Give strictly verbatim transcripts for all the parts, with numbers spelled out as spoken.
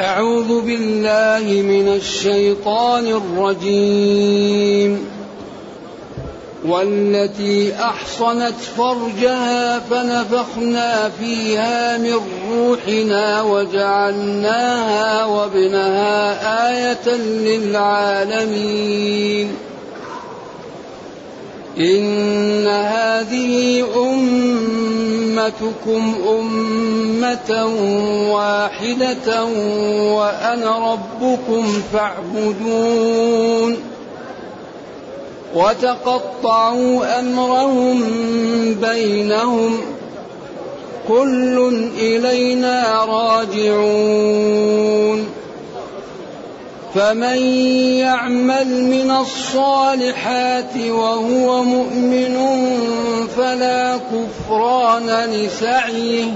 أعوذ بالله من الشيطان الرجيم. والتي أحصنت فرجها فنفخنا فيها من روحنا وجعلناها وابنها آية للعالمين. إن هذه أمتكم أمة واحدة وأنا ربكم فاعبدون. وتقطعوا أمرهم بينهم كل إلينا راجعون. فمن يعمل من الصالحات وهو مؤمن فلا كفران لسعيه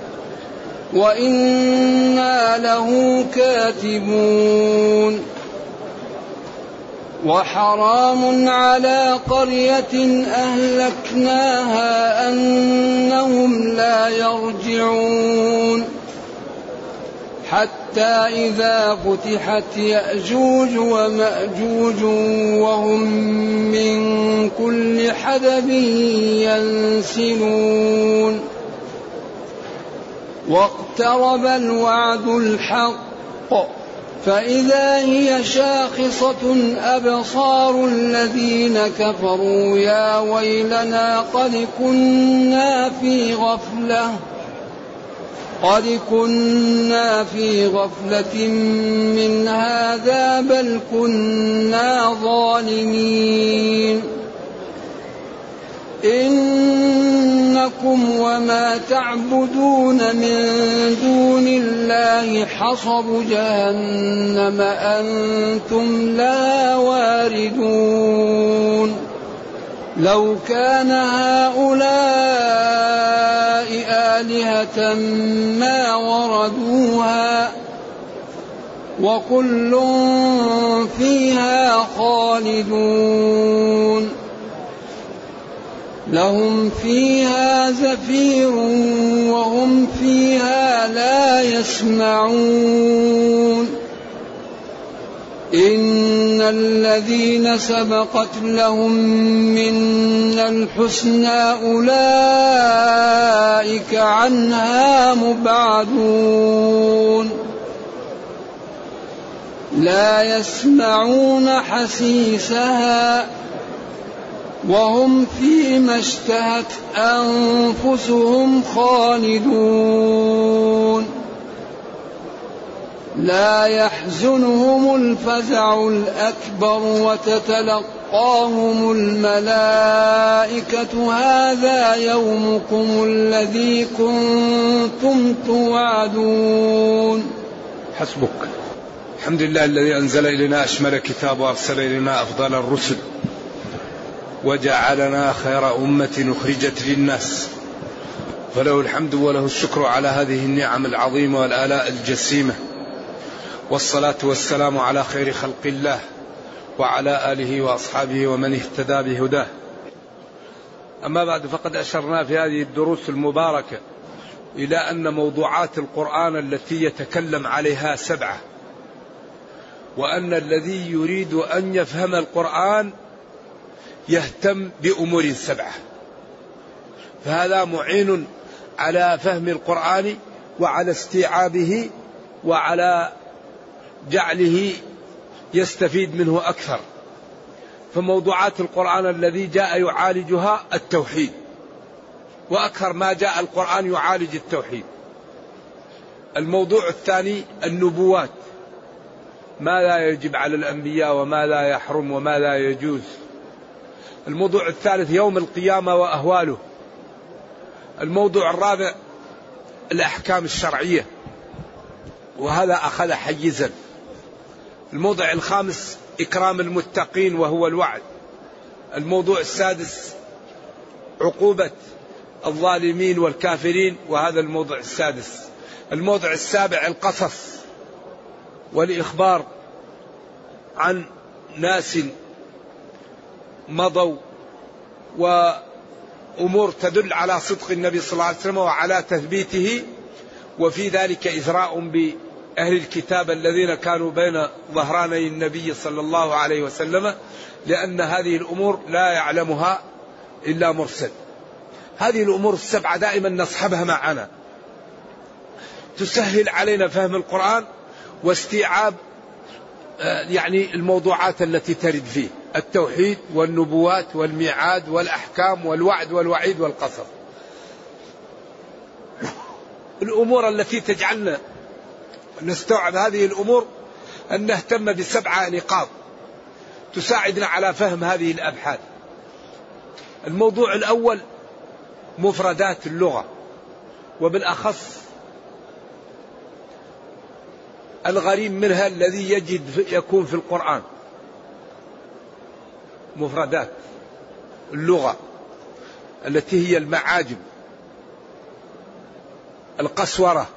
وإنا له كاتبون. وحرام على قرية أهلكناها أنهم لا يرجعون حتى إذا فتحت يأجوج ومأجوج وهم من كل حدب ينسلون. واقترب الوعد الحق فإذا هي شاخصة أبصار الذين كفروا يا ويلنا قد كنا في غفلة قد كنا في غفلة من هذا بل كنا ظالمين. إنكم وما تعبدون من دون الله حصب جهنم أنتم لا واردون. لو كان هؤلاء آلهة ما وردوها وكل فيها خالدون. لهم فيها زفير وهم فيها لا يسمعون. إن الذين سبقت لهم منا الحسنى أولئك عنها مبعدون. لا يسمعون حسيسها وهم فيما اشتهت أنفسهم خالدون. لا يحزنهم الفزع الأكبر وتتلقاهم الملائكة هذا يومكم الذي كنتم توعدون. حسبك. الحمد لله الذي أنزل إلينا أشمل كتاب وأرسل إلينا أفضل الرسل وجعلنا خير أمة أخرجت للناس، فله الحمد وله الشكر على هذه النعم العظيمة والآلاء الجسيمة، والصلاة والسلام على خير خلق الله وعلى آله وأصحابه ومن اهتدى بهداه. أما بعد، فقد أشرنا في هذه الدروس المباركة إلى أن موضوعات القرآن التي يتكلم عليها سبعة، وأن الذي يريد أن يفهم القرآن يهتم بأمور سبعة، فهذا معين على فهم القرآن وعلى استيعابه وعلى جعله يستفيد منه أكثر. فموضوعات القرآن الذي جاء يعالجها التوحيد، وأكثر ما جاء القرآن يعالج التوحيد. الموضوع الثاني النبوات، ما لا يجب على الأنبياء وما لا يحرم وما لا يجوز. الموضوع الثالث يوم القيامة وأهواله. الموضوع الرابع الأحكام الشرعية، وهذا أخذ حيزا. الموضوع الخامس إكرام المتقين وهو الوعد. الموضوع السادس عقوبة الظالمين والكافرين، وهذا الموضوع السادس. الموضوع السابع القصص والإخبار عن ناس مضوا وأمور تدل على صدق النبي صلى الله عليه وسلم وعلى تثبيته، وفي ذلك إثراء أهل الكتاب الذين كانوا بين ظهراني النبي صلى الله عليه وسلم، لأن هذه الأمور لا يعلمها إلا مرسل. هذه الأمور السبعة دائما نصحبها معنا، تسهل علينا فهم القرآن واستيعاب يعني الموضوعات التي ترد فيه: التوحيد والنبوات والميعاد والأحكام والوعد والوعيد والقصص. الأمور التي تجعلنا نستوعب هذه الأمور أن نهتم بسبعة نقاط تساعدنا على فهم هذه الأبحاث. الموضوع الأول مفردات اللغة، وبالأخص الغريب منها الذي يجد يكون في القرآن. مفردات اللغة التي هي المعاجم، القسورة،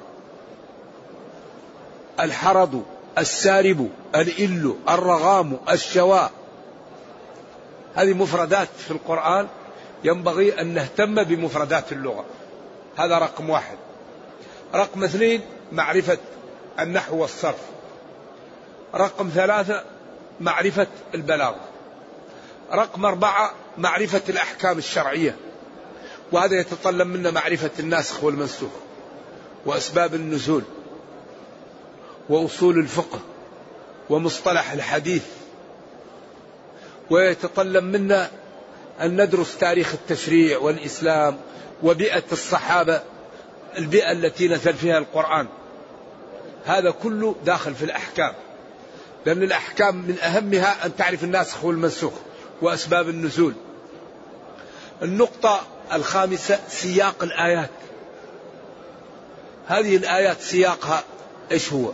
الحرض، السارب، الإل، الرغام، الشواء. هذه مفردات في القرآن، ينبغي أن نهتم بمفردات اللغة. هذا رقم واحد. رقم اثنين معرفة النحو والصرف. رقم ثلاثة معرفة البلاغة. رقم أربعة معرفة الأحكام الشرعية، وهذا يتطلب منا معرفة الناسخ والمنسوخ وأسباب النزول وأصول الفقه ومصطلح الحديث، ويتطلب منا أن ندرس تاريخ التشريع والإسلام وبيئة الصحابة، البيئة التي نزل فيها القرآن. هذا كله داخل في الأحكام، لأن الأحكام من أهمها أن تعرف الناسخ والمنسوخ وأسباب النزول. النقطة الخامسة سياق الآيات. هذه الآيات سياقها إيش هو؟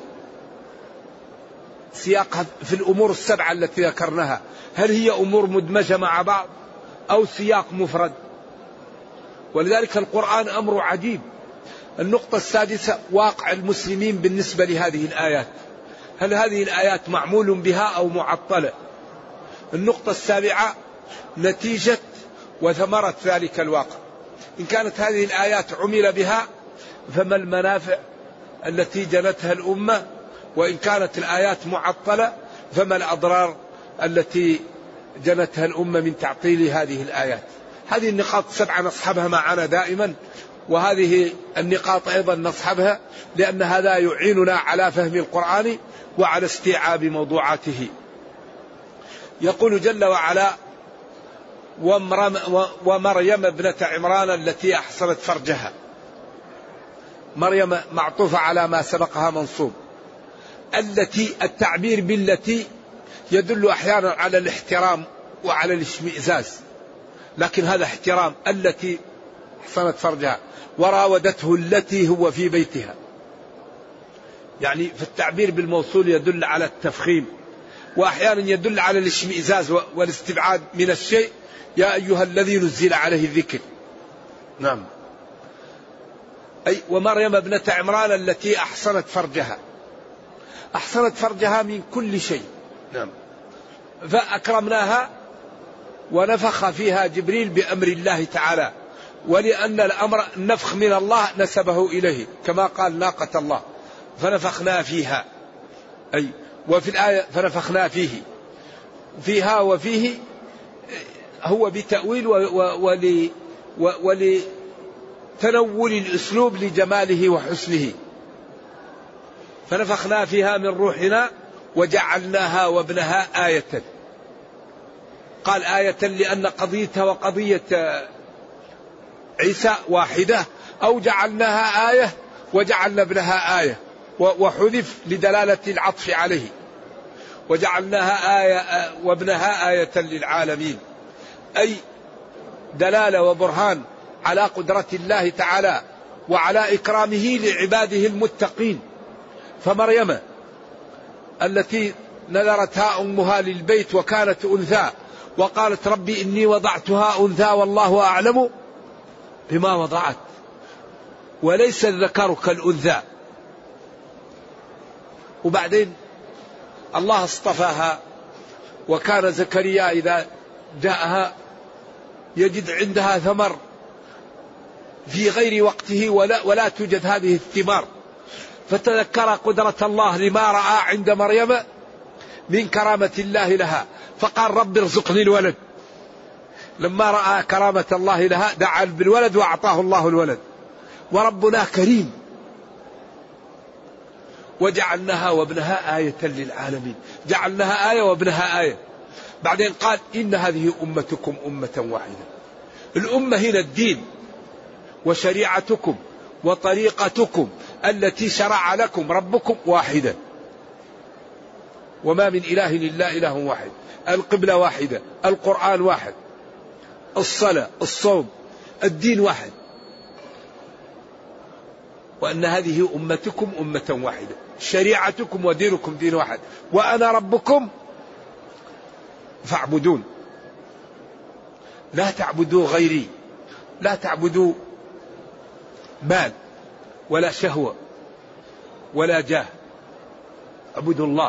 سياقها في الأمور السبعة التي ذكرناها، هل هي أمور مدمجة مع بعض أو سياق مفرد؟ ولذلك القرآن أمر عجيب. النقطة السادسة واقع المسلمين بالنسبة لهذه الآيات، هل هذه الآيات معمول بها أو معطلة؟ النقطة السابعة نتيجة وثمرة ذلك الواقع. إن كانت هذه الآيات عمل بها فما المنافع التي جنتها الأمة، وإن كانت الآيات معطلة فما الأضرار التي جنتها الأمة من تعطيل هذه الآيات. هذه النقاط السبعة نصحبها معنا دائما، وهذه النقاط أيضا نصحبها لأن هذا يعيننا على فهم القرآن وعلى استيعاب موضوعاته. يقول جل وعلا: ومريم ابنة عمران التي أحصنت فرجها. مريم معطوفة على ما سبقها منصوب. التي، التعبير بالتي يدل أحيانا على الاحترام وعلى الاشمئزاز، لكن هذا احترام. التي أحصنت فرجها وراودته التي هو في بيتها، يعني في التعبير بالموصول يدل على التفخيم، وأحيانا يدل على الاشمئزاز والاستبعاد من الشيء. يا أيها الذي نزل عليه الذكر. نعم. أي ومريم ابنة عمران التي أحصنت فرجها. أحصنت فرجها من كل شيء. نعم. فأكرمناها ونفخ فيها جبريل بأمر الله تعالى، ولأن الأمر النفخ من الله نسبه إليه، كما قال ناقة الله فنفخنا فيها. أي وفي الآية فنفخنا فيه، فيها وفيه هو بتأويل ولتنول الأسلوب لجماله وحسنه. فنفخنا فيها من روحنا وجعلناها وابنها آية. قال آية لأن قضيتها وقضية عيسى واحدة، أو جعلناها آية وجعلنا ابنها آية، وحذف لدلالة العطف عليه. وجعلناها آية وابنها آية للعالمين، أي دلالة وبرهان على قدرة الله تعالى وعلى إكرامه لعباده المتقين. فمريم التي نذرتها أمها للبيت وكانت أنثى وقالت ربي إني وضعتها أنثى والله أعلم بما وضعت وليس الذكر كالأنثى. وبعدين الله اصطفاها، وكان زكريا إذا جاءها يجد عندها ثمر في غير وقته ولا, ولا توجد هذه الثمار، فتذكر قدرة الله لما رأى عند مريم من كرامة الله لها، فقال رب ارزقني الولد. لما رأى كرامة الله لها دعا بالولد وأعطاه الله الولد. وربنا كريم. وجعلناها وابنها آية للعالمين، جعلناها آية وابنها آية. بعدين قال إن هذه أمتكم أمة واحدة. الأمة هنا الدين وشريعتكم وطريقتكم التي شرع لكم ربكم واحدة، وما من إله إلا إله واحد، القبلة واحدة، القرآن واحد، الصلاة، الصوم، الدين واحد. وأن هذه أمتكم أمة واحدة، شريعتكم ودينكم دين واحد، وأنا ربكم فاعبدون. لا تعبدوا غيري، لا تعبدوا مال ولا شهوة ولا جاه، اعبدوا الله.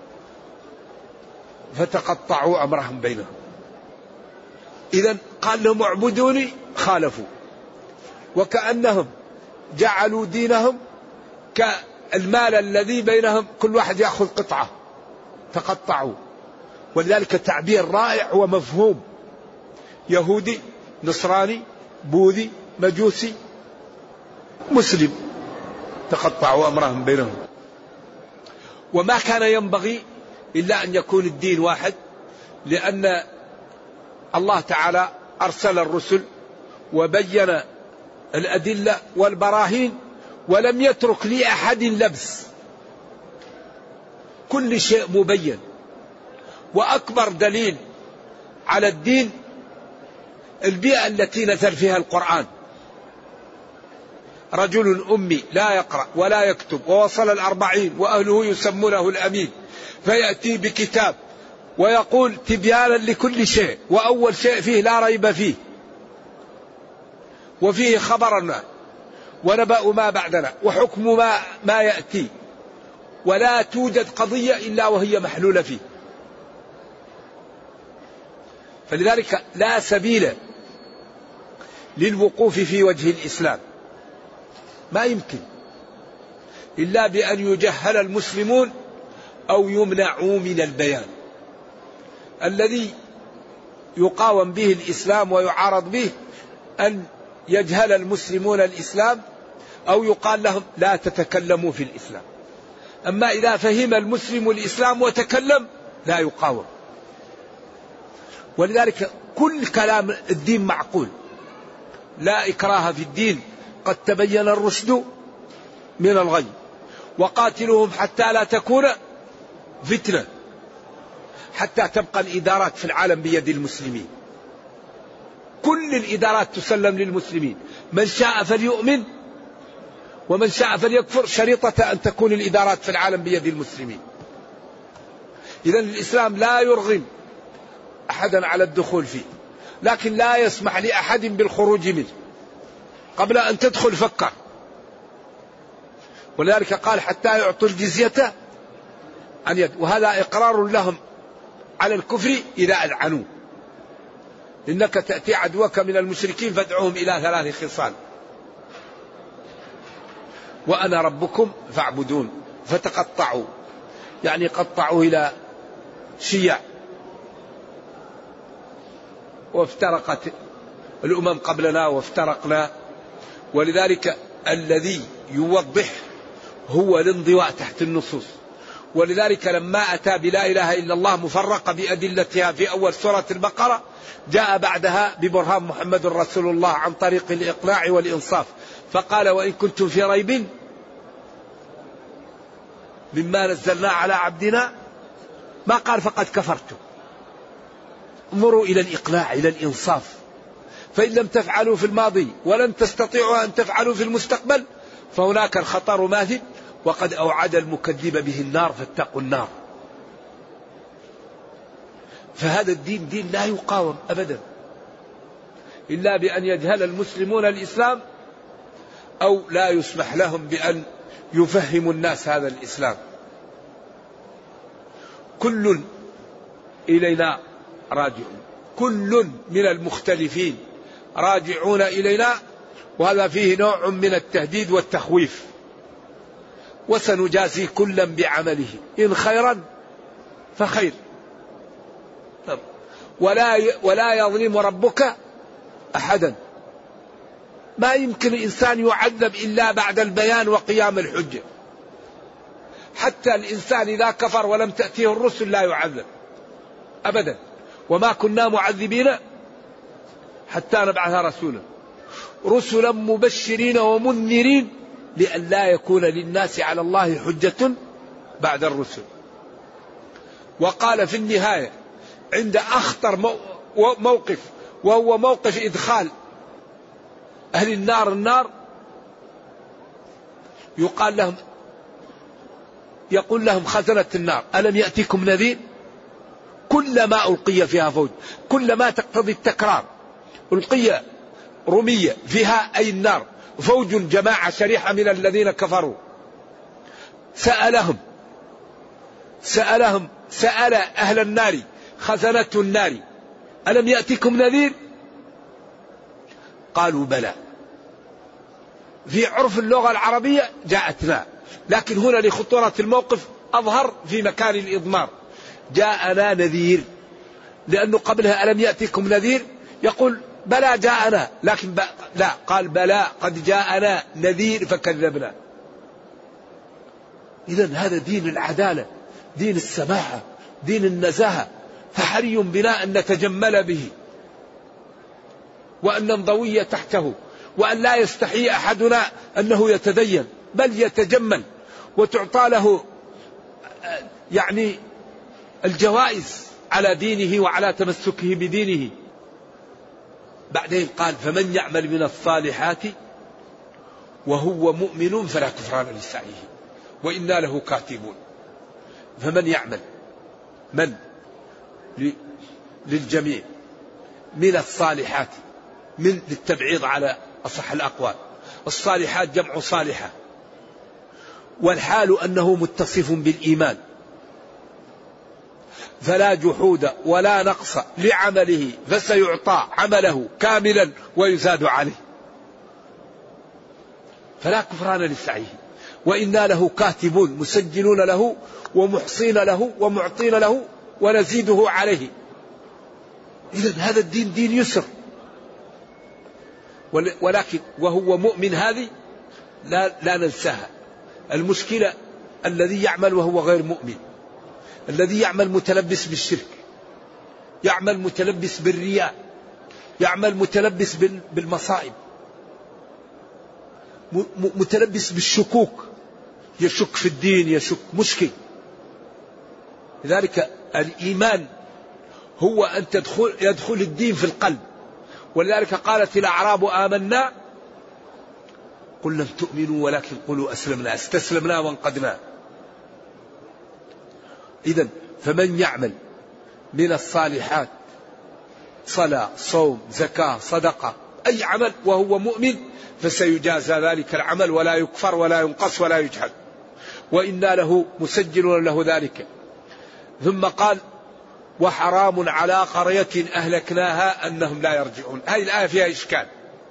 فتقطعوا أمرهم بينهم. إذن قال لهم اعبدوني، خالفوا، وكأنهم جعلوا دينهم كالمال الذي بينهم، كل واحد يأخذ قطعة، تقطعوا. ولذلك تعبير رائع ومفهوم. يهودي، نصراني، بوذي، مجوسي، مسلم، تقطعوا أمرهم بينهم. وما كان ينبغي إلا أن يكون الدين واحد، لأن الله تعالى أرسل الرسل وبين الأدلة والبراهين، ولم يترك لأحد لبس، كل شيء مبين. وأكبر دليل على الدين البيئة التي نزل فيها القرآن. رجل أمي لا يقرأ ولا يكتب ووصل الأربعين وأهله يسمونه الأمين، فيأتي بكتاب ويقول تبيانا لكل شيء، وأول شيء فيه لا ريب فيه، وفيه خبرنا ونبأ ما بعدنا وحكم ما, ما يأتي، ولا توجد قضية إلا وهي محلولة فيه. فلذلك لا سبيل للوقوف في وجه الإسلام، ما يمكن إلا بأن يجهل المسلمون أو يمنعوا من البيان. الذي يقاوم به الإسلام ويعارض به أن يجهل المسلمون الإسلام، أو يقال لهم لا تتكلموا في الإسلام. أما إذا فهم المسلم الإسلام وتكلم لا يقاوم. ولذلك كل كلام الدين معقول، لا إكراه في الدين، قد تبين الرشد من الغي، وقاتلوهم حتى لا تكون فتنة، حتى تبقى الإدارات في العالم بيد المسلمين. كل الإدارات تسلم للمسلمين، من شاء فليؤمن ومن شاء فليكفر، شريطة أن تكون الإدارات في العالم بيد المسلمين. إذن الإسلام لا يرغم أحدا على الدخول فيه، لكن لا يسمح لأحد بالخروج منه. قبل أن تدخل فكر. ولذلك قال حتى يعطوا الجزية عن يد، وهذا إقرار لهم على الكفر إذا أذعنوا. إنك تأتي عدوك من المشركين فادعوهم إلى ثلاث خصال: وأنا ربكم فاعبدون. فتقطعوا، يعني قطعوا إلى شيع، وافترقت الأمم قبلنا وافترقنا. ولذلك الذي يوضح هو الانضواء تحت النصوص. ولذلك لما أتى بلا إله إلا الله مفرقة بأدلتها في أول سورة البقرة، جاء بعدها ببرهان محمد رسول الله عن طريق الإقناع والإنصاف، فقال وإن كنتم في ريب مما نزلنا على عبدنا، ما قال فقد كفرتم. انظروا إلى الإقناع، إلى الإنصاف. فإن لم تفعلوا في الماضي ولن تستطيعوا أن تفعلوا في المستقبل فهناك الخطر ماثل، وقد أوعد المكذب به النار فاتقوا النار. فهذا الدين دين لا يقاوم أبدا إلا بأن يجهل المسلمون الإسلام، أو لا يسمح لهم بأن يفهموا الناس هذا الإسلام. كل إلينا راجعون، كل من المختلفين راجعون إلينا، وهذا فيه نوع من التهديد والتخويف. وسنجازي كلا بعمله إن خيرا فخير ولا ولا يظلم ربك أحدا. ما يمكن الإنسان يعذب إلا بعد البيان وقيام الحجة. حتى الإنسان إذا كفر ولم تأتيه الرسل لا يعذب أبدا. وما كنا معذبين حتى نبعث رسولا رسلا مبشرين ومنذرين لئلا يكون للناس على الله حجة بعد الرسل. وقال في النهاية عند أخطر موقف وهو موقف إدخال أهل النار النار يقال لهم يقول لهم خزنة النار ألم يأتيكم نذير؟ كلما ألقي فيها فوج، كلما تقتضي التكرار ألقي رمية فيها أي النار فوج جماعة شريحة من الذين كفروا سألهم سألهم سأل أهل النار خزنة النار ألم يأتيكم نذير؟ قالوا بلى. في عرف اللغة العربية جاءتنا، لكن هنا لخطورة الموقف أظهر في مكان الإضمار جاءنا نذير، لأنه قبلها ألم يأتيكم نذير يقول بلى جاءنا، لكن ب... لا قال بلى قد جاءنا نذير فكذبنا. إذن هذا دين العدالة، دين السماحة، دين النزاهة، فحري بنا أن نتجمل به وأن ننضوي تحته، وأن لا يستحي أحدنا أنه يتدين بل يتجمل وتعطى له يعني الجوائز على دينه وعلى تمسكه بدينه. بعدين قال فمن يعمل من الصالحات وهو مؤمن فلا كفران لسعيه وإنا له كاتبون. فمن يعمل من للجميع من الصالحات، من للتبعيض على أصح الأقوال، الصالحات جمع صالحة، والحال أنه متصف بالإيمان فلا جحود ولا نقص لعمله فسيعطى عمله كاملا ويزاد عليه فلا كفران لسعيه وإنا له كاتبون مسجلون له ومحصين له ومعطين له ونزيده عليه. إذن هذا الدين دين يسر، ولكن وهو مؤمن هذه لا, لا ننساها. المشكلة الذي يعمل وهو غير مؤمن، الذي يعمل متلبس بالشرك، يعمل متلبس بالرياء، يعمل متلبس بالمصائب، متلبس بالشكوك، يشك في الدين، يشك مشكل. لذلك الإيمان هو أن تدخل يدخل الدين في القلب. ولذلك قالت الأعراب آمنا قل لم تؤمنوا ولكن قولوا أسلمنا استسلمنا وانقدنا. إذن فمن يعمل من الصالحات صلاة صوم زكاة صدقة أي عمل وهو مؤمن فسيجازى ذلك العمل ولا يكفر ولا ينقص ولا يجحد وإنا له مسجلون له ذلك. ثم قال وحرام على قرية أهلكناها أنهم لا يرجعون. هذه الآية فيها إشكال.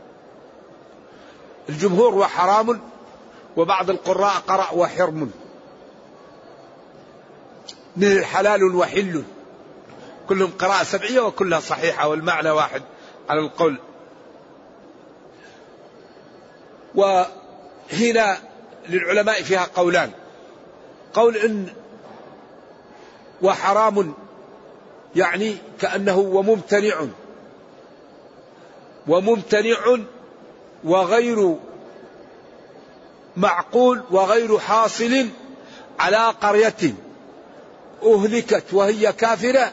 الجمهور وحرام، وبعض القراء قرأ وحرم، من الحلال وحل، كلهم قراءة سبعية وكلها صحيحة والمعنى واحد على القول. وهنا للعلماء فيها قولان، قول إن وحرام يعني كأنه وممتنع وممتنع وغير معقول وغير حاصل على قرية أهلكت وهي كافرة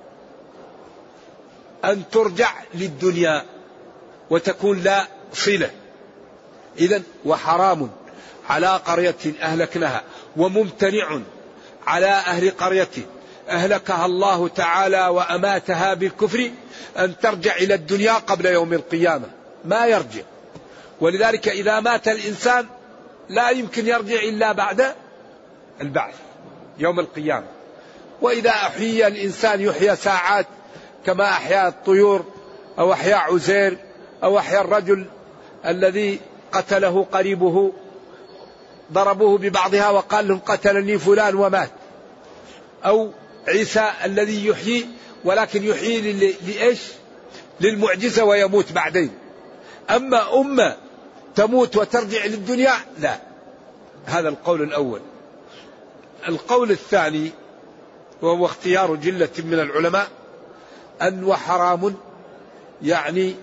أن ترجع للدنيا وتكون لا صلة. إذن وحرام على قرية أهلكناها وممتنع على أهل قرية أهلكها الله تعالى وأماتها بالكفر أن ترجع إلى الدنيا قبل يوم القيامة، ما يرجع. ولذلك إذا مات الإنسان لا يمكن يرجع إلا بعد البعث يوم القيامة. وإذا أحيي الإنسان يحيى ساعات كما أحيا الطيور أو أحيا عزير أو أحيا الرجل الذي قتله قريبه ضربوه ببعضها وقال لهم قتلني فلان ومات، أو عيسى الذي يحيي ولكن يحيي لإيش؟ للمعجزة ويموت بعدين. أما أمة تموت وترجع للدنيا لا. هذا القول الأول. القول الثاني وهو اختيار جلة من العلماء أنه حرام يعني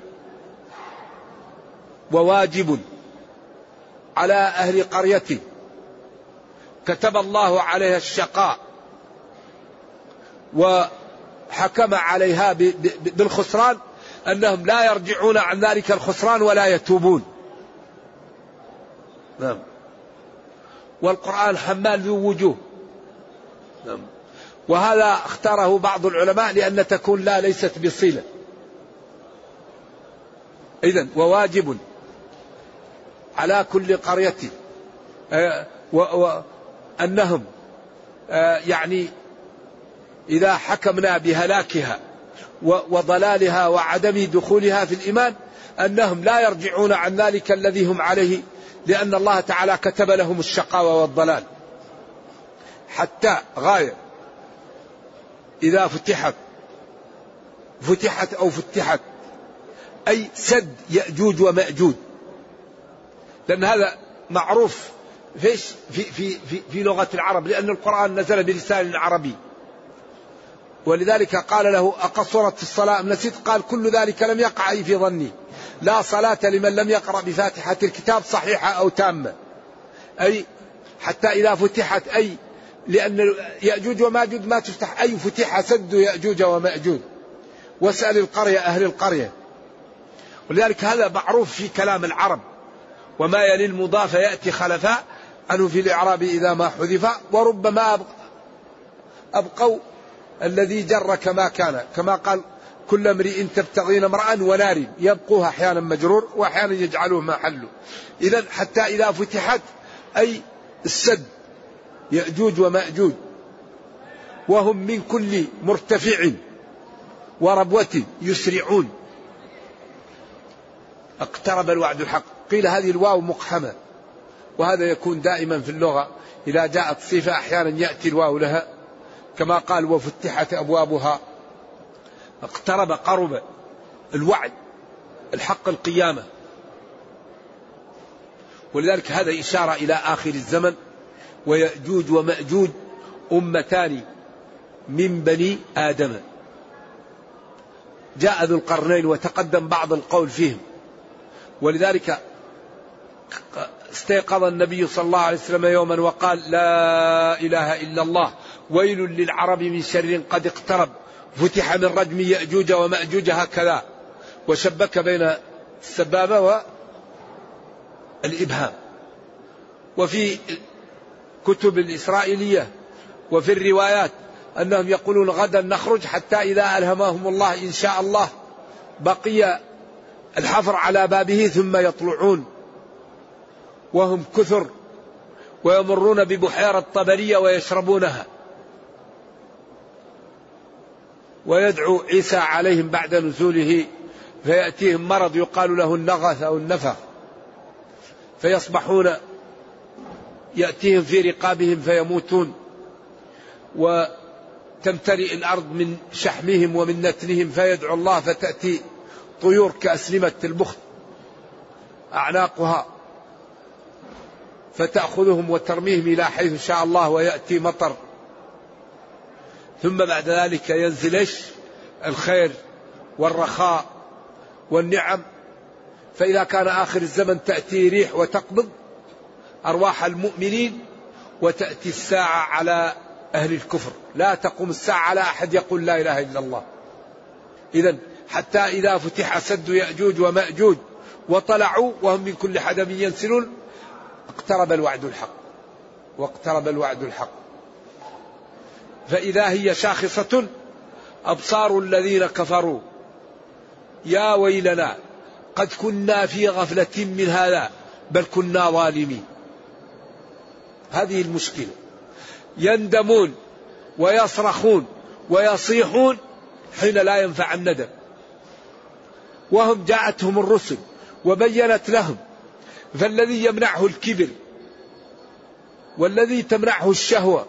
وواجب على أهل قرية كتب الله عليها الشقاء وحكم عليها بالخسران أنهم لا يرجعون عن ذلك الخسران ولا يتوبون. نعم. والقرآن حمال ذو وجوه. نعم. وهذا اختاره بعض العلماء لأن تكون لا ليست بصلة. إذن وواجب على كل قرية آه وأنهم آه يعني إذا حكمنا بهلاكها وضلالها وعدم دخولها في الإيمان أنهم لا يرجعون عن ذلك الذي هم عليه، لأن الله تعالى كتب لهم الشقاوة والضلال حتى غاية. إذا فتحت فتحت أو فتحت أي سد يأجوج ومأجوج، لأن هذا معروف فيش في, في, في, في لغة العرب، لأن القرآن نزل بلسان عربي. ولذلك قال له أقصرت الصلاة أم نسيت؟ قال كل ذلك لم يقع أي في ظني، لا صلاة لمن لم يقرأ بفاتحة الكتاب صحيحة أو تامة. أي حتى إذا فتحت أي لأن يأجوج وماجوج ما تفتح، أي فتح سد يأجوج ومأجوج. واسأل القرية أهل القرية. ولذلك هذا معروف في كلام العرب، وما يلي المضاف يأتي خلفاء عنه في الإعراب إذا ما حذف. وربما أبقوا الذي جر كما كان، كما قال كل امرئ تبتغين امرأ ونار، يبقوها أحيانا مجرور وأحيانا يجعلوه محله. إذا حتى إذا فتحت أي السد يأجوج ومأجوج وهم من كل مرتفع وربوة يسرعون. اقترب الوعد الحق. قيل هذه الواو مقحمة، وهذا يكون دائما في اللغة إذا جاءت صفة أحيانا يأتي الواو لها، كما قال وفتحت أبوابها. اقترب قرب الوعد الحق القيامة. ولذلك هذا إشارة إلى آخر الزمن. ويأجوج ومأجوج أمتان من بني آدم. جاء ذو القرنين وتقدم بعض القول فيهم، ولذلك استيقظ النبي صلى الله عليه وسلم يوما وقال لا إله إلا الله ويل للعرب من شر قد اقترب فتح من رجم يأجوج ومأجوج هكذا، وشبك بين السبابة والإبهام. وفي كتب الإسرائيلية وفي الروايات أنهم يقولون غدا نخرج، حتى إذا ألهمهم الله إن شاء الله بقي الحفر على بابه ثم يطلعون وهم كثر، ويمرون ببحيرة طبرية ويشربونها. ويدعو عيسى عليهم بعد نزوله فيأتيهم مرض يقال له النغث أو النفخ، فيصبحون يأتيهم في رقابهم فيموتون، وتمتلئ الأرض من شحمهم ومن نتنهم، فيدعو الله فتأتي طيور كأسلمة البخت أعناقها فتأخذهم وترميهم إلى حيث شاء الله ويأتي مطر، ثم بعد ذلك ينزل الخير والرخاء والنعم. فإذا كان آخر الزمن تأتي ريح وتقبض أرواح المؤمنين، وتأتي الساعة على أهل الكفر. لا تقوم الساعة على أحد يقول لا إله إلا الله. إذن حتى إذا فتح سد يأجوج ومأجوج وطلعوا وهم من كل حدب ينسلون اقترب الوعد الحق. واقترب الوعد الحق فإذا هي شاخصة أبصار الذين كفروا يا ويلنا قد كنا في غفلة من هذا بل كنا ظالمين. هذه المشكلة. يندمون ويصرخون ويصيحون حين لا ينفع الندم، وهم جاءتهم الرسل وبينت لهم. فالذي يمنعه الكبر والذي تمنعه الشهوة.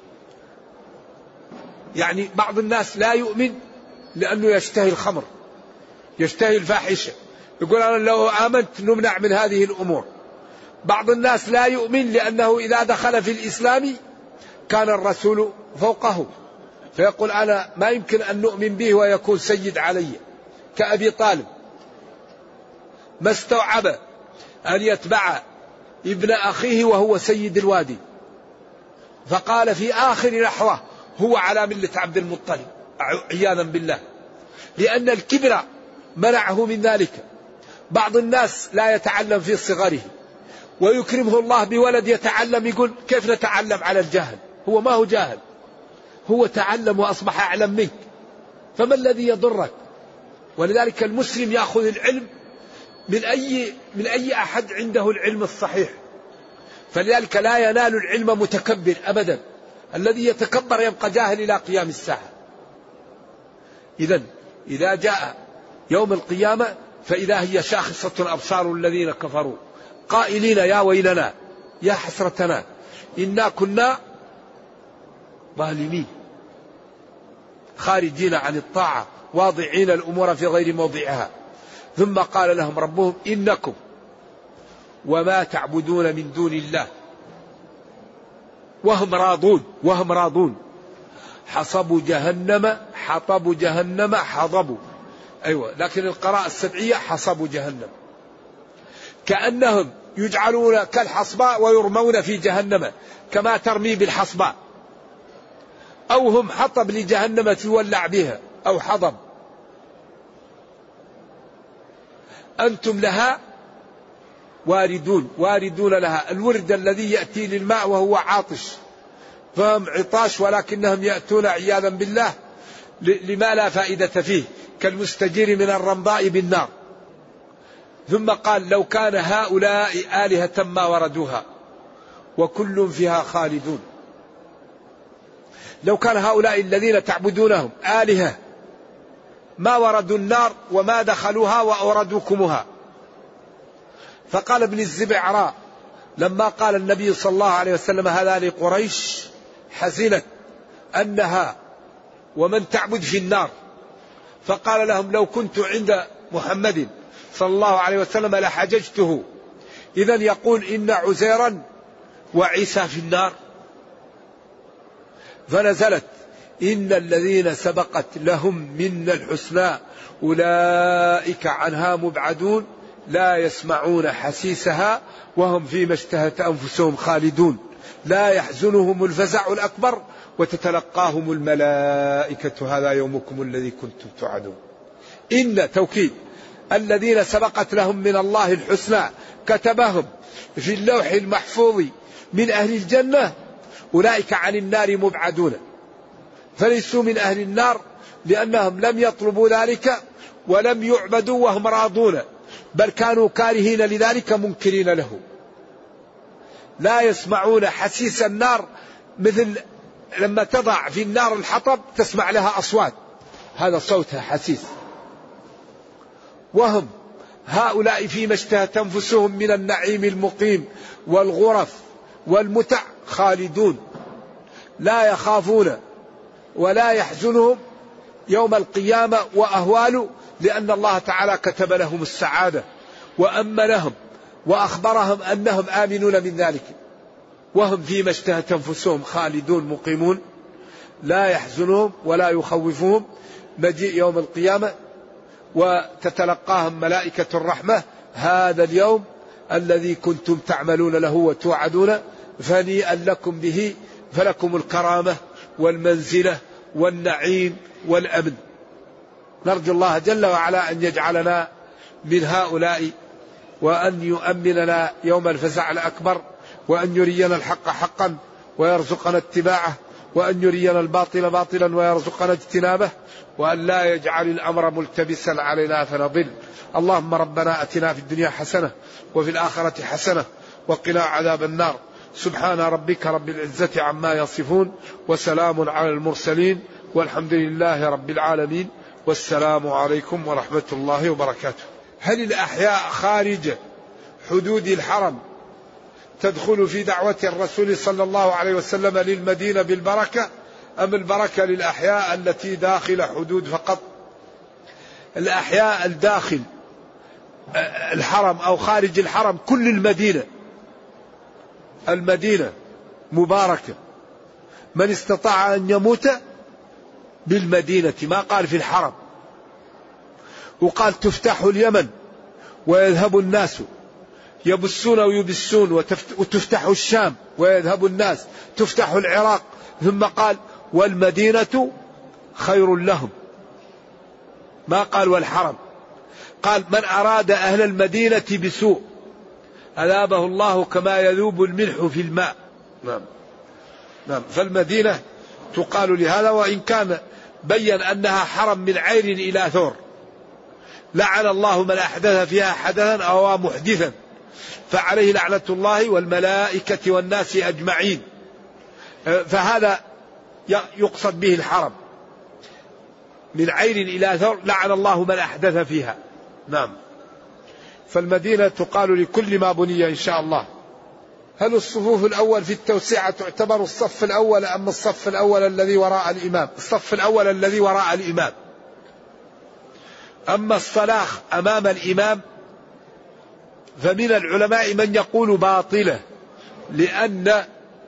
يعني بعض الناس لا يؤمن لأنه يشتهي الخمر، يشتهي الفاحشة، يقول أنا لو آمنت نمنع من هذه الأمور. بعض الناس لا يؤمن لأنه إذا دخل في الإسلام كان الرسول فوقه، فيقول أنا ما يمكن أن نؤمن به ويكون سيد علي، كأبي طالب ما استوعب أن يتبع ابن أخيه وهو سيد الوادي، فقال في آخر لحظة هو على ملة عبد المطلب عياذا بالله، لأن الكبر منعه من ذلك. بعض الناس لا يتعلم في صغره ويكرمه الله بولد يتعلم، يقول كيف نتعلم على الجهل؟ هو ما هو جاهل، هو تعلم وأصبح أعلم منك، فما الذي يضرك؟ ولذلك المسلم يأخذ العلم من أي من أي أحد عنده العلم الصحيح، فلذلك لا ينال العلم متكبر أبدا، الذي يتكبر يبقى جاهل إلى قيام الساعة. إذن إذا جاء يوم القيامة فإذا هي شاخصة أبصار الذين كفروا قائلين يا ويلنا يا حسرتنا إنا كنا ظالمين خارجين عن الطاعة واضعين الأمور في غير موضعها. ثم قال لهم ربهم إنكم وما تعبدون من دون الله وهم راضون وهم راضون حصب جهنم حطب جهنم حضب. أيوة، لكن القراءة السبعية حصب جهنم، كأنهم يجعلون كالحصباء ويرمون في جهنم كما ترمي بالحصباء، أو هم حطب لجهنم تولع بها أو حضب. أنتم لها واردون، واردون لها، الورد الذي يأتي للماء وهو عاطش، فهم عطاش ولكنهم يأتون عياذا بالله لما لا فائدة فيه، كالمستجير من الرمضاء بالنار. ثم قال لو كان هؤلاء آلهة ما وردوها وكل فيها خالدون. لو كان هؤلاء الذين تعبدونهم آلهة ما وردوا النار وما دخلوها وأوردوكمها. فقال ابن الزبعراء لما قال النبي صلى الله عليه وسلم هذا لقريش حزنت أنها ومن تعبد في النار، فقال لهم لو كنت عند محمد صلى الله عليه وسلم لحججته. إذن يقول إن عزيرا وعيسى في النار. فنزلت إن الذين سبقت لهم من الحسنى أولئك عنها مبعدون لا يسمعون حسيسها وهم فيما اشتهت أنفسهم خالدون لا يحزنهم الفزع الأكبر وتتلقاهم الملائكة هذا يومكم الذي كنتم توعدون. إن توكيد الذين سبقت لهم من الله الحسنى كتبهم في اللوح المحفوظ من أهل الجنة أولئك عن النار مبعدون، فليسوا من أهل النار لأنهم لم يطلبوا ذلك ولم يعبدوا وهم راضون، بل كانوا كارهين لذلك منكرين له. لا يسمعون حسيس النار، مثل لما تضع في النار الحطب تسمع لها أصوات، هذا صوتها حسيس. وهم هؤلاء فيما اشتهت أنفسهم من النعيم المقيم والغرف والمتع خالدون لا يخافون ولا يحزنهم يوم القيامة وأهوال، لأن الله تعالى كتب لهم السعادة وأمنهم وأخبرهم أنهم آمنون من ذلك. وهم فيما اشتهت أنفسهم خالدون مقيمون لا يحزنهم ولا يخوفهم مجيء يوم القيامة وتتلقاهم ملائكة الرحمة هذا اليوم الذي كنتم تعملون له وتوعدون فنيئا لكم به فلكم الكرامة والمنزلة والنعيم والأمن. نرجو الله جل وعلا أن يجعلنا من هؤلاء وأن يؤمننا يوم الفزع الأكبر، وأن يرينا الحق حقا ويرزقنا اتباعه، وأن يرينا الباطل باطلا ويرزقنا اجتنابه، وأن لا يجعل الأمر ملتبسا علينا فنضل. اللهم ربنا أتنا في الدنيا حسنة وفي الآخرة حسنة وقنا عذاب النار. سبحان ربك رب العزة عما يصفون وسلام على المرسلين والحمد لله رب العالمين والسلام عليكم ورحمة الله وبركاته. هل الأحياء خارج حدود الحرم تدخل في دعوة الرسول صلى الله عليه وسلم للمدينة بالبركة أم البركة للأحياء التي داخل حدود فقط؟ الأحياء الداخل الحرم أو خارج الحرم كل المدينة المدينة مباركة. من استطاع أن يموت بالمدينة، ما قال في الحرم. وقال تفتح اليمن ويذهب الناس يبسون ويبسون، وتفتح الشام ويذهب الناس، تفتح العراق. ثم قال والمدينة خير لهم، ما قال والحرم. قال من أراد أهل المدينة بسوء أذابه الله كما يذوب الملح في الماء. نعم نعم. فالمدينة تقال لهذا، وإن كان بين أنها حرم من عير إلى ثور. لعن الله من أحدث فيها حدثا أو محدثا فعليه لعنة الله والملائكة والناس أجمعين. فهذا يقصد به الحرم من عير إلى ثور، لعن الله من أحدث فيها. نعم. فالمدينة تقال لكل ما بني إن شاء الله. هل الصفوف الأول في التوسعة تعتبر الصف الأول أم الصف الأول الذي وراء الإمام؟ الصف الأول الذي وراء الإمام. أما الصلاة أمام الإمام فمن العلماء من يقول باطلة، لأن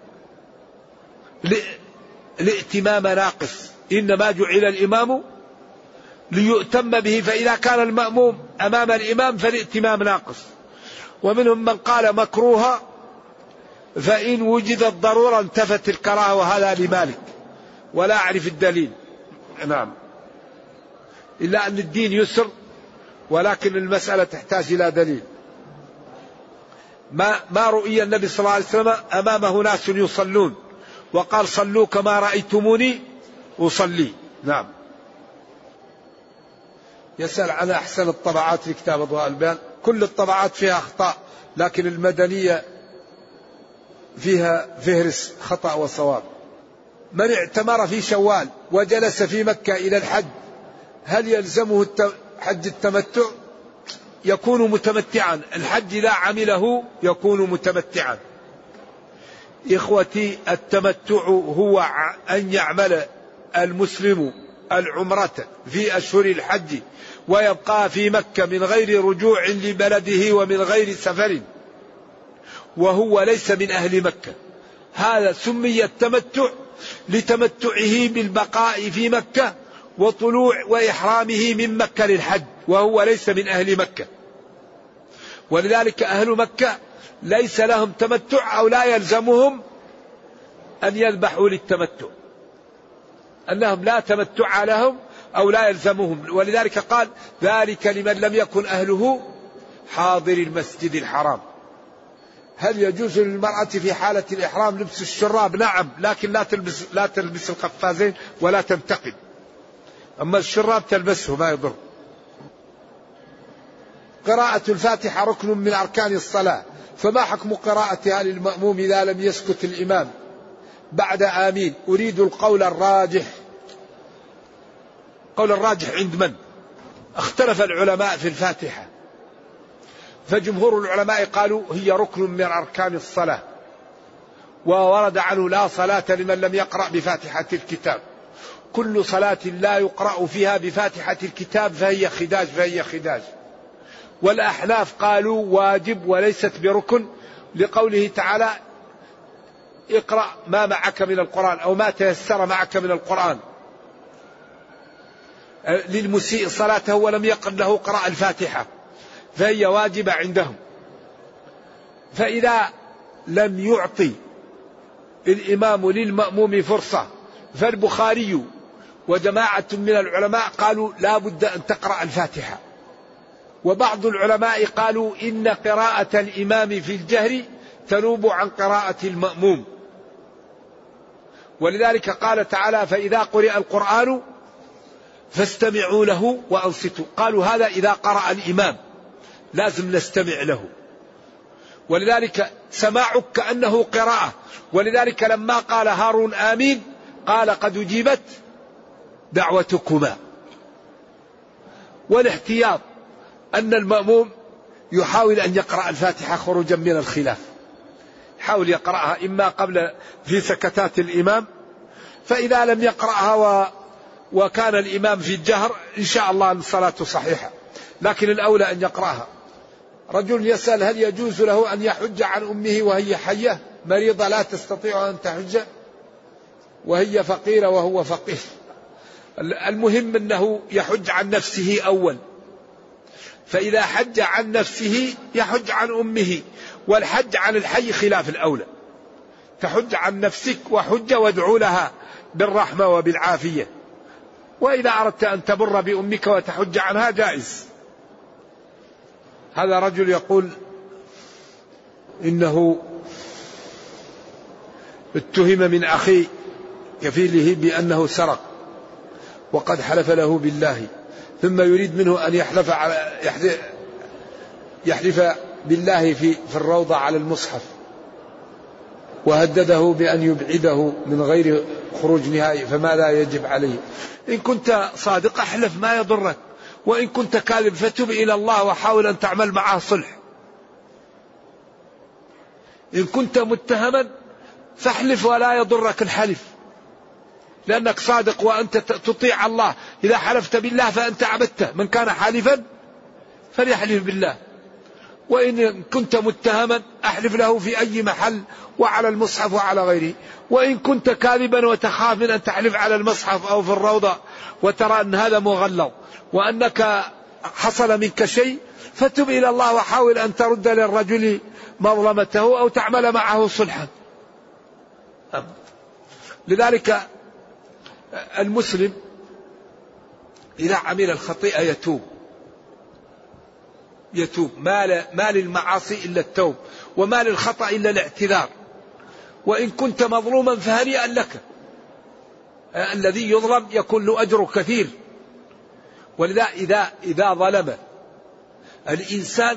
الائتمام ناقص، إنما جعل الإمام ليؤتم به، فإذا كان المأموم أمام الإمام فالائتمام ناقص. ومنهم من قال مكروها، فإن وجدت ضرورة انتفت الكراهة، وهذا لمالك ولا أعرف الدليل. نعم. إلا أن الدين يسر، ولكن المسألة تحتاج إلى دليل. ما ما رؤي النبي صلى الله عليه وسلم أمامه ناس يصلون وقال صلوا كما رأيتموني أصلي. نعم. يسأل عن أحسن الطبعات في كتاب أضواء البيان. كل الطبعات فيها أخطاء، لكن المدنية فيها فهرس خطأ وصواب. من اعتمر في شوال وجلس في مكة إلى الحج هل يلزمه حج التمتع؟ يكون متمتعا. الحج إذا عمله يكون متمتعا. إخوتي، التمتع هو أن يعمل المسلم العمرة في أشهر الحج ويبقى في مكة من غير رجوع لبلده ومن غير سفر، وهو ليس من أهل مكة. هذا سمي التمتع لتمتعه بالبقاء في مكة وطلوع وإحرامه من مكة للحج، وهو ليس من أهل مكة. ولذلك أهل مكة ليس لهم تمتع أو لا يلزمهم أن يذبحوا للتمتع، أنهم لا تمتع لهم أو لا يلزمهم. ولذلك قال ذلك لمن لم يكن أهله حاضر المسجد الحرام. هل يجوز للمرأة في حالة الإحرام لبس الشراب؟ نعم، لكن لا تلبس لا تلبس القفازين ولا تنتقد. أما الشراب تلبسه ما يضر. قراءة الفاتحة ركن من أركان الصلاة، فما حكم قراءتها للمأموم إذا لم يسكت الإمام بعد آمين؟ أريد القول الراجح. قول الراجح عند من؟ اختلف العلماء في الفاتحة، فجمهور العلماء قالوا هي ركن من أركان الصلاة، وورد عنه لا صلاة لمن لم يقرأ بفاتحة الكتاب. كل صلاة لا يقرأ فيها بفاتحة الكتاب فهي خداج فهي خداج. والأحناف قالوا واجب وليست بركن، لقوله تعالى اقرأ ما معك من القرآن أو ما تيسر معك من القرآن للمسيء صلاته ولم يقل له قرأ الفاتحة، فهي واجبة عندهم. فإذا لم يعطي الإمام للمأموم فرصة، فالبخاري وجماعة من العلماء قالوا لا بد أن تقرأ الفاتحة. وبعض العلماء قالوا إن قراءة الإمام في الجهر تنوب عن قراءة المأموم، ولذلك قال تعالى فإذا قرئ القرآن فاستمعوا له وأنصتوا. قالوا هذا إذا قرأ الإمام لازم نستمع له، ولذلك سماعك كأنه قراءة. ولذلك لما قال هارون آمين قال قد أجيبت دعوتكما. والاحتياط أن المأموم يحاول أن يقرأ الفاتحة خروجا من الخلاف، يحاول يقرأها إما قبل في سكتات الإمام، فإذا لم يقرأها و وكان الإمام في الجهر إن شاء الله الصلاة صحيحة، لكن الأولى أن يقرأها. رجل يسأل هل يجوز له أن يحج عن أمه وهي حية مريضة لا تستطيع أن تحج وهي فقيرة وهو فقير؟ المهم أنه يحج عن نفسه أول، فإذا حج عن نفسه يحج عن أمه، والحج عن الحي خلاف الأولى. تحج عن نفسك وحج وادعو لها بالرحمة وبالعافية، وإذا أردت أن تبر بأمك وتحج عنها جائز. هذا رجل يقول إنه اتهم من أخي كفيله بأنه سرق وقد حلف له بالله، ثم يريد منه أن يحلف على يحلف بالله في في الروضة على المصحف، وهدده بأن يبعده من غير خروج نهائي، فماذا يجب عليه؟ إن كنت صادق احلف ما يضرك، وإن كنت كاذب فتب إلى الله وحاول أن تعمل معه صلح. إن كنت متهما فاحلف ولا يضرك الحلف، لأنك صادق وأنت تطيع الله. إذا حلفت بالله فأنت عبدته، من كان حالفا فليحلف بالله. وإن كنت متهما أحلف له في أي محل وعلى المصحف وعلى غيره. وإن كنت كاذبا وتخاف من أن تحلف على المصحف أو في الروضة وترى أن هذا مغلظ وأنك حصل منك شيء، فتب إلى الله وحاول أن ترد للرجل مظلمته أو تعمل معه صلحا. لذلك المسلم إذا عمل الخطيئة يتوب يتوب ما, ما للمعاصي إلا التوب، وما للخطأ إلا الاعتذار. وإن كنت مظلوما فهنيئا لك، الذي يظلم يكون له أجر كثير. ولذا إذا إذا ظلم الإنسان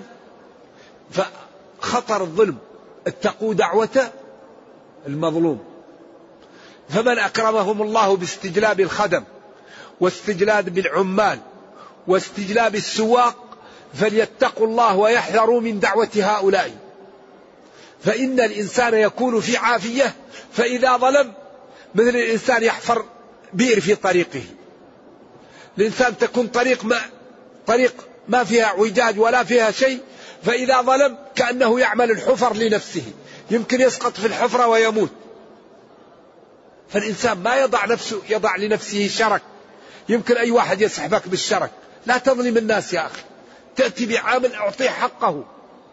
فخطر الظلم اتقوا دعوة المظلوم. فمن أكرمهم الله باستجلاب الخدم واستجلاب بالعمال واستجلاب السواق فليتقوا الله ويحذروا من دعوة هؤلاء، فإن الإنسان يكون في عافية، فإذا ظلم مثل الإنسان يحفر بئر في طريقه. الإنسان تكون طريق ما طريق ما فيها عوجاج ولا فيها شيء، فإذا ظلم كأنه يعمل الحفر لنفسه، يمكن يسقط في الحفرة ويموت. فالإنسان ما يضع نفسه يضع لنفسه شرك، يمكن أي واحد يسحبك بالشرك. لا تظلم الناس يا أخي، تأتي بعامل أعطيه حقه،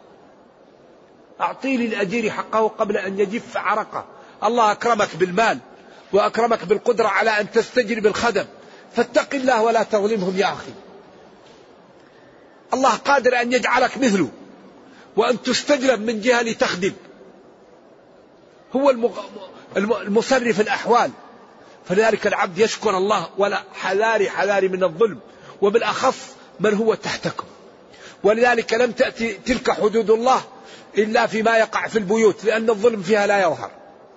أعطي للأجير حقه قبل أن يجف عرقه. الله أكرمك بالمال وأكرمك بالقدرة على أن تستجلب الخدم، فاتق الله ولا تظلمهم يا أخي. الله قادر أن يجعلك مثله وأن تستجلب من جهة لتخدم، هو المصرف الأحوال. فلذلك العبد يشكر الله، ولا حذاري حذاري من الظلم، وبالأخص من هو تحتكم. ولذلك لم تأتي تلك حدود الله إلا فيما يقع في البيوت، لأن الظلم فيها لا يظهر.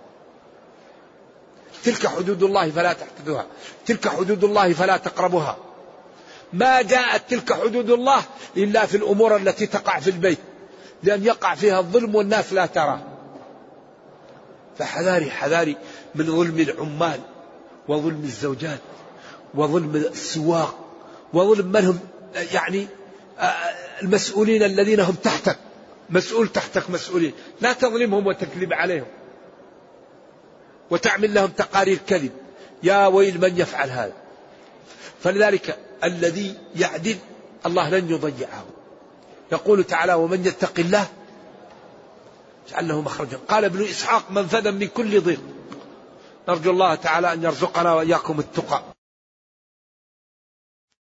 تلك حدود الله فلا تحتدوها، تلك حدود الله فلا تقربوها. ما جاءت تلك حدود الله إلا في الأمور التي تقع في البيت، لأن يقع فيها الظلم والناس لا ترى. فحذاري حذاري من ظلم العمال وظلم الزوجات وظلم السواق وظلم من هم يعني المسؤولين الذين هم تحتك، مسؤول تحتك مسؤولين، لا تظلمهم وتكذب عليهم وتعمل لهم تقارير كذب. يا ويل من يفعل هذا. فلذلك الذي يعدل الله لن يضيعه. يقول تعالى ومن يتق الله يجعل له مخرجا. قال ابن إسحاق منفذا من كل ضيق. نرجو الله تعالى أن يرزقنا وإياكم التقى